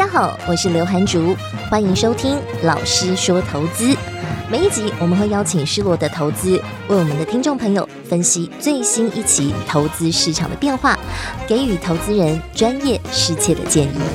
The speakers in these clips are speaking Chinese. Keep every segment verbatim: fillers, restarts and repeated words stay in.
家好，我是刘涵竹，欢迎收听老师说投资。每一集我们会邀请施罗的投资，为我们的听众朋友分析最新一期投资市场的变化，给予投资人专业适切的建议。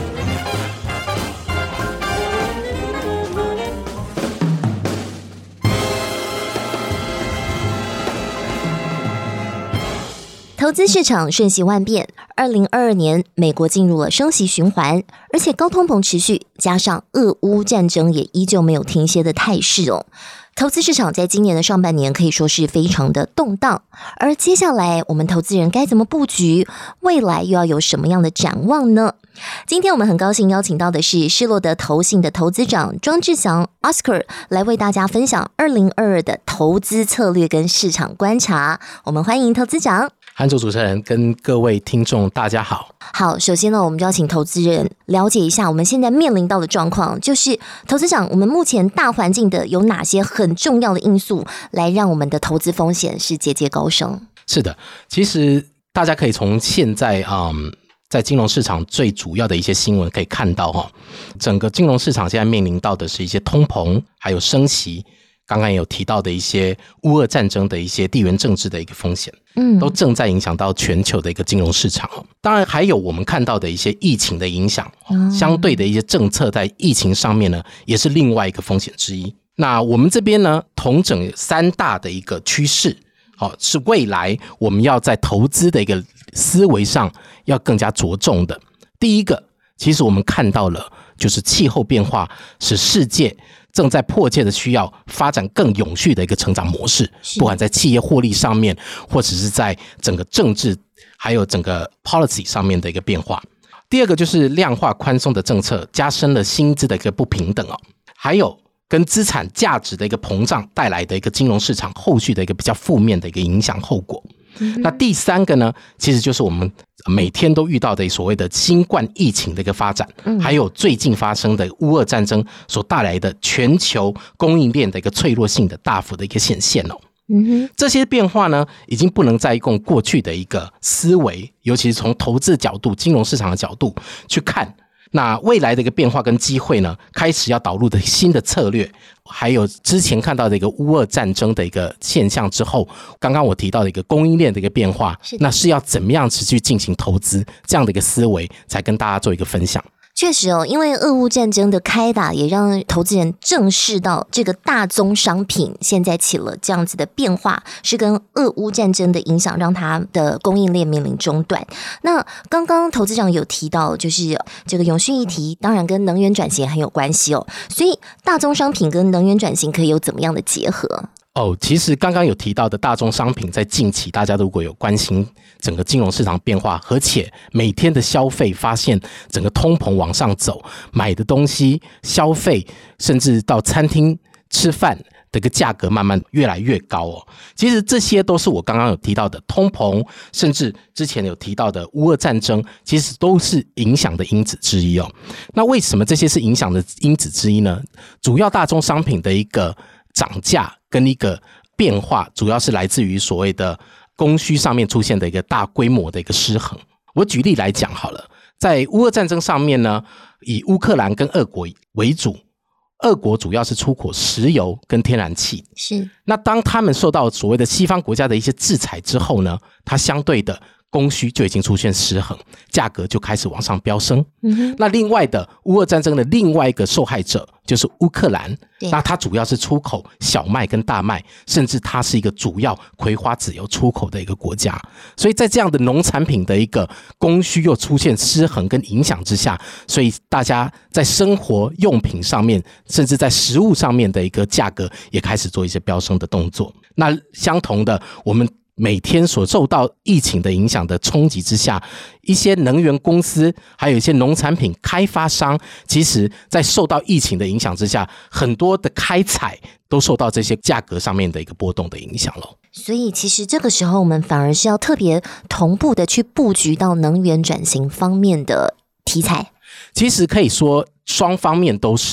投资市场瞬息万变，二零二二年美国进入了升息循环，而且高通膨持续，加上俄乌战争也依旧没有停歇的态势哦。投资市场在今年的上半年可以说是非常的动荡，而接下来我们投资人该怎么布局？未来又要有什么样的展望呢？今天我们很高兴邀请到的是施罗德投信的投资长庄志祥 Oscar 来为大家分享二零二二的投资策略跟市场观察。我们欢迎投资长。 韩主主持人跟各位听众大家好。 好，首先呢，我们就要请投资人了解一下我们现在面临到的状况，就是投资长，我们目前大环境的有哪些很重要的因素来让我们的投资风险是节节高升？ 是的，其实大家可以从现在嗯。在金融市场最主要的一些新闻可以看到哈，整个金融市场现在面临到的是一些通膨，还有升息，刚刚也有提到的一些乌俄战争的一些地缘政治的一个风险，嗯，都正在影响到全球的一个金融市场。当然还有我们看到的一些疫情的影响，相对的一些政策在疫情上面呢，也是另外一个风险之一。那我们这边呢，统整三大的一个趋势，是未来我们要在投资的一个思维上要更加着重的。第一个，其实我们看到了，就是气候变化使世界正在迫切的需要发展更永续的一个成长模式，不管在企业获利上面，或者是在整个政治还有整个 policy 上面的一个变化。第二个就是量化宽松的政策加深了薪资的一个不平等，还有跟资产价值的一个膨胀带来的一个金融市场后续的一个比较负面的一个影响后果。嗯、那第三个呢，其实就是我们每天都遇到的所谓的新冠疫情的一个发展，嗯、还有最近发生的乌俄战争所带来的全球供应链的一个脆弱性的大幅的一个显现哦。嗯、这些变化呢，已经不能再用过去的一个思维，尤其是从投资角度、金融市场的角度去看。那未来的一个变化跟机会呢，开始要导入的新的策略，还有之前看到的一个乌俄战争的一个现象之后，刚刚我提到的一个供应链的一个变化，那是要怎么样持续进行投资，这样的一个思维才跟大家做一个分享。 确实哦，因为俄乌战争的开打也让投资人正视到这个大宗商品现在起了这样子的变化，是跟俄乌战争的影响让它的供应链面临中断。那刚刚投资长有提到，就是这个永续议题当然跟能源转型很有关系哦，所以大宗商品跟能源转型可以有怎么样的结合？ 哦，其实刚刚有提到的大宗商品，在近期大家如果有关心整个金融市场变化，而且每天的消费发现整个通膨往上走，买的东西消费甚至到餐厅吃饭的一个价格慢慢越来越高哦。其实这些都是我刚刚有提到的通膨，甚至之前有提到的乌俄战争，其实都是影响的因子之一哦。那为什么这些是影响的因子之一呢？主要大宗商品的一个涨价跟一个变化，主要是来自于所谓的供需上面出现的一个大规模的一个失衡。我举例来讲好了，在乌俄战争上面呢，以乌克兰跟俄国为主，俄国主要是出口石油跟天然气， 是。那当他们受到所谓的西方国家的一些制裁之后呢，它相对的供需就已经出现失衡，价格就开始往上飙升。嗯、那另外的乌俄战争的另外一个受害者就是乌克兰，那它主要是出口小麦跟大麦，甚至它是一个主要葵花籽油出口的一个国家。所以在这样的农产品的一个供需又出现失衡跟影响之下，所以大家在生活用品上面，甚至在食物上面的一个价格也开始做一些飙升的动作。那相同的，我们每天所受到疫情的影响的冲击之下，一些能源公司还有一些农产品开发商，其实在受到疫情的影响之下，很多的开采都受到这些价格上面的一个波动的影响了。 所以其实这个时候我们反而是要特别同步的去布局到能源转型方面的题材。 其实可以说双方面都是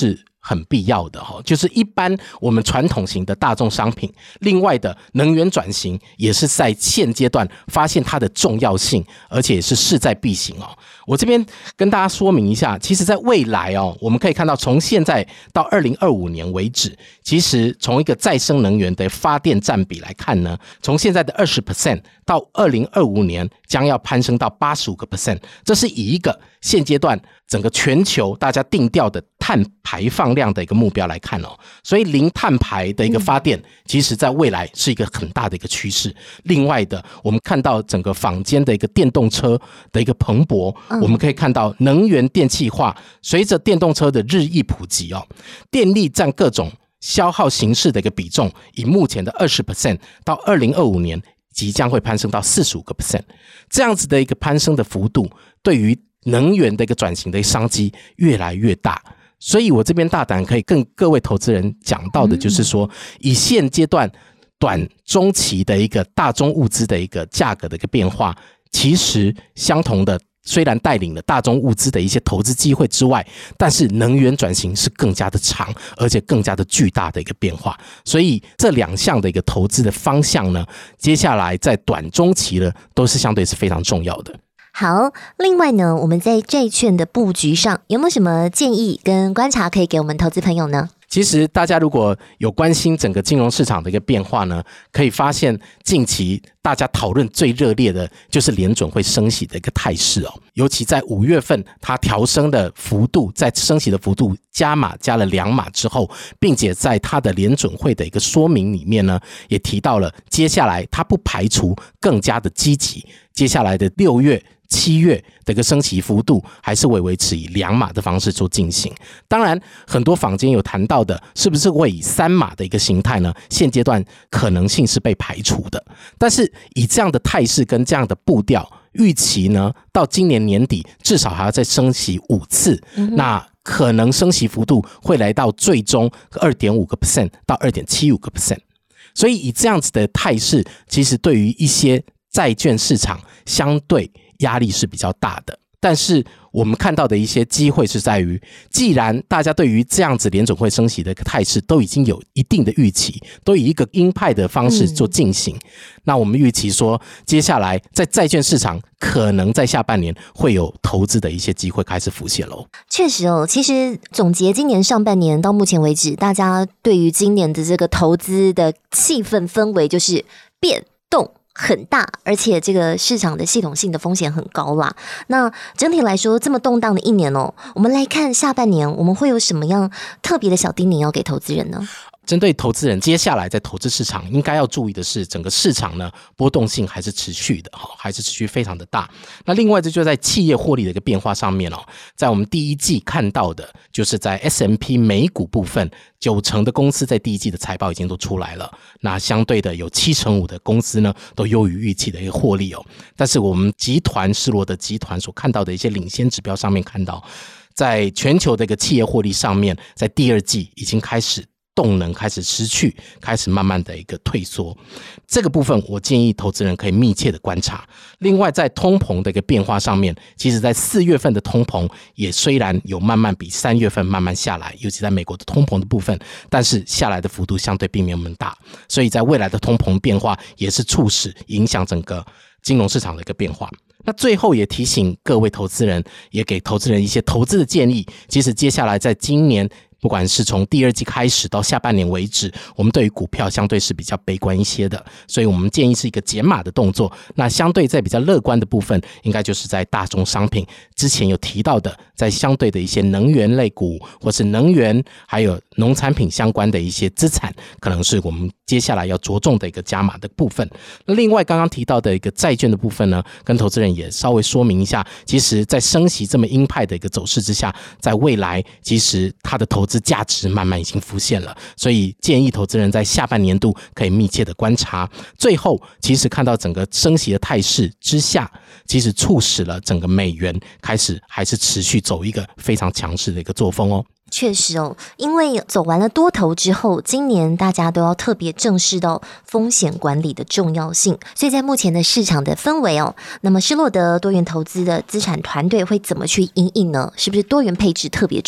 很必要的，就是一般我们传统型的大众商品，另外的能源转型也是在现阶段发现它的重要性，而且也是势在必行。我这边跟大家说明一下，其实在未来我们可以看到从现在到二零二五年为止，其实从一个再生能源的发电占比来看呢，从现在的 百分之二十 到二零二五年将要攀升到 百分之八十五， 这是以一个现阶段整个全球大家定调的碳排放量的一个目标来看哦，所以零碳排的一个发电，其实在未来是一个很大的一个趋势。另外的，我们看到整个坊间的一个电动车的一个蓬勃，我们可以看到能源电气化，随着电动车的日益普及哦，电力占各种消耗形式的一个比重，以目前的 百分之二十 到二零二五年即将会攀升到 百分之四十五， 这样子的一个攀升的幅度，对于能源的一个转型的商机越来越大。所以我这边大胆可以跟各位投资人讲到的就是说，以现阶段短中期的一个大宗物资的一个价格的一个变化，其实相同的虽然带领了大宗物资的一些投资机会之外，但是能源转型是更加的长，而且更加的巨大的一个变化。所以这两项的一个投资的方向呢，接下来在短中期呢，都是相对是非常重要的。 好，另外呢，我们在债券的布局上有没有什么建议跟观察可以给我们投资朋友呢？ 其实大家如果有关心整个金融市场的一个变化呢，可以发现近期大家讨论最热烈的就是联准会升息的一个态势哦。尤其在五月份它调升的幅度，在升息的幅度加码加了两码之后，并且在它的联准会的一个说明里面呢，也提到了接下来它不排除更加的积极，接下来的六月七月的一个升息幅度还是会维持以两码的方式做进行。当然很多坊间有谈到的是不是会以三码的一个形态呢，现阶段可能性是被排除的。但是以这样的态势跟这样的步调，预期呢到今年年底至少还要再升息五次、嗯、那可能升息幅度会来到最终 百分之二点五 到 百分之二点七五。 所以以这样子的态势，其实对于一些债券市场相对压力是比较大的。但是我们看到的一些机会是在于，既然大家对于这样子联准会升息的一个态势都已经有一定的预期，都以一个鹰派的方式做进行、嗯、那我们预期说接下来在债券市场可能在下半年会有投资的一些机会开始浮现咯。 确实哦，其实总结今年上半年到目前为止，大家对于今年的这个投资的气氛氛围就是变动很大，而且这个市场的系统性的风险很高啦。那整体来说这么动荡的一年哦，我们来看下半年我们会有什么样特别的小叮咛要给投资人呢？ 针对投资人接下来在投资市场应该要注意的是，整个市场呢波动性还是持续的，还是持续非常的大。那另外这就在企业获利的一个变化上面哦，在我们第一季看到的就是在 S and P 美股部分，九成的公司在第一季的财报已经都出来了，那相对的有七成五的公司呢都优于预期的一个获利哦。但是我们集团施罗德集团所看到的一些领先指标上面看到，在全球的一个企业获利上面，在第二季已经开始动能开始失去，开始慢慢的一个退缩。这个部分我建议投资人可以密切的观察。另外在通膨的一个变化上面，其实在四月份的通膨也虽然有慢慢比三月份慢慢下来，尤其在美国的通膨的部分，但是下来的幅度相对并没有那么大，所以在未来的通膨变化也是促使影响整个金融市场的一个变化。那最后也提醒各位投资人，也给投资人一些投资的建议。其实接下来在今年不管是从第二季开始到下半年为止，我们对于股票相对是比较悲观一些的，所以我们建议是一个减码的动作。那相对在比较乐观的部分，应该就是在大宗商品之前有提到的，在相对的一些能源类股或是能源还有农产品相关的一些资产，可能是我们接下来要着重的一个加码的部分。那另外刚刚提到的一个债券的部分呢，跟投资人也稍微说明一下，其实在升息这么鹰派的一个走势之下，在未来其实它的投资价值慢慢已经浮现了，所以建议投资人在下半年度可以密切的观察。最后其实看到整个升息的态势之下，其实促使了整个美元开始还是持续走一个非常强势的一个作风哦。 确实哦，因为走完了多头之后，今年大家都要特别正视到风险管理的重要性，所以在目前的市场的氛围哦，那么施罗德多元投资的资产团队会怎么去因应呢？是不是多元配置特别重要？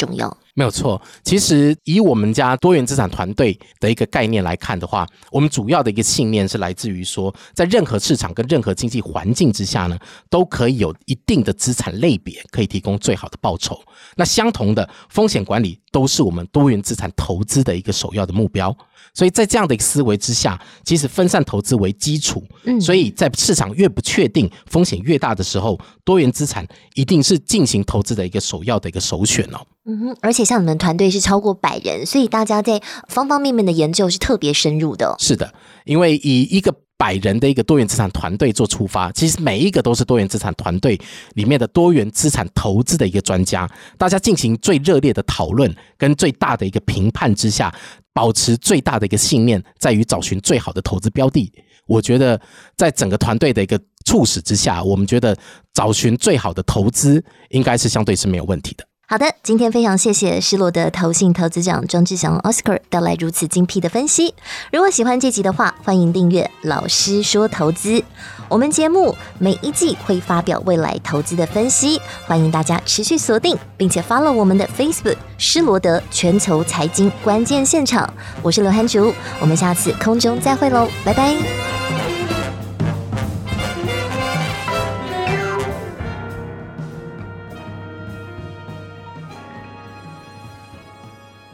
没有错，其实以我们家多元资产团队的一个概念来看的话，我们主要的一个信念是来自于说，在任何市场跟任何经济环境之下呢，都可以有一定的资产类别可以提供最好的报酬。那相同的风险管理都是我们多元资产投资的一个首要的目标。所以在这样的一个思维之下，其实分散投资为基础，嗯，所以在市场越不确定、风险越大的时候，多元资产一定是进行投资的一个首要的一个首选哦。 嗯哼，而且像你们团队是超过百人，所以大家在方方面面的研究是特别深入的哦。 是的，因为以一个百人的一个多元资产团队做出发，其实每一个都是多元资产团队里面的多元资产投资的一个专家，大家进行最热烈的讨论跟最大的一个评判之下，保持最大的一个信念在于找寻最好的投资标的。我觉得在整个团队的一个促使之下，我们觉得找寻最好的投资应该是相对是没有问题的。 好的，今天非常谢谢施罗德投信投资长庄志祥 Oscar 带来如此精辟的分析。如果喜欢这集的话，欢迎订阅老师说投资。我们节目每一季会发表未来投资的分析，欢迎大家持续锁定，并且 follow 我们的 Facebook 施罗德全球财经关键现场。我是刘涵竹，我们下次空中再会喽，拜拜。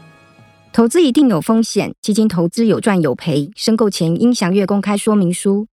投资一定有风险，基金投资有赚有赔，申购前应详阅公开说明书。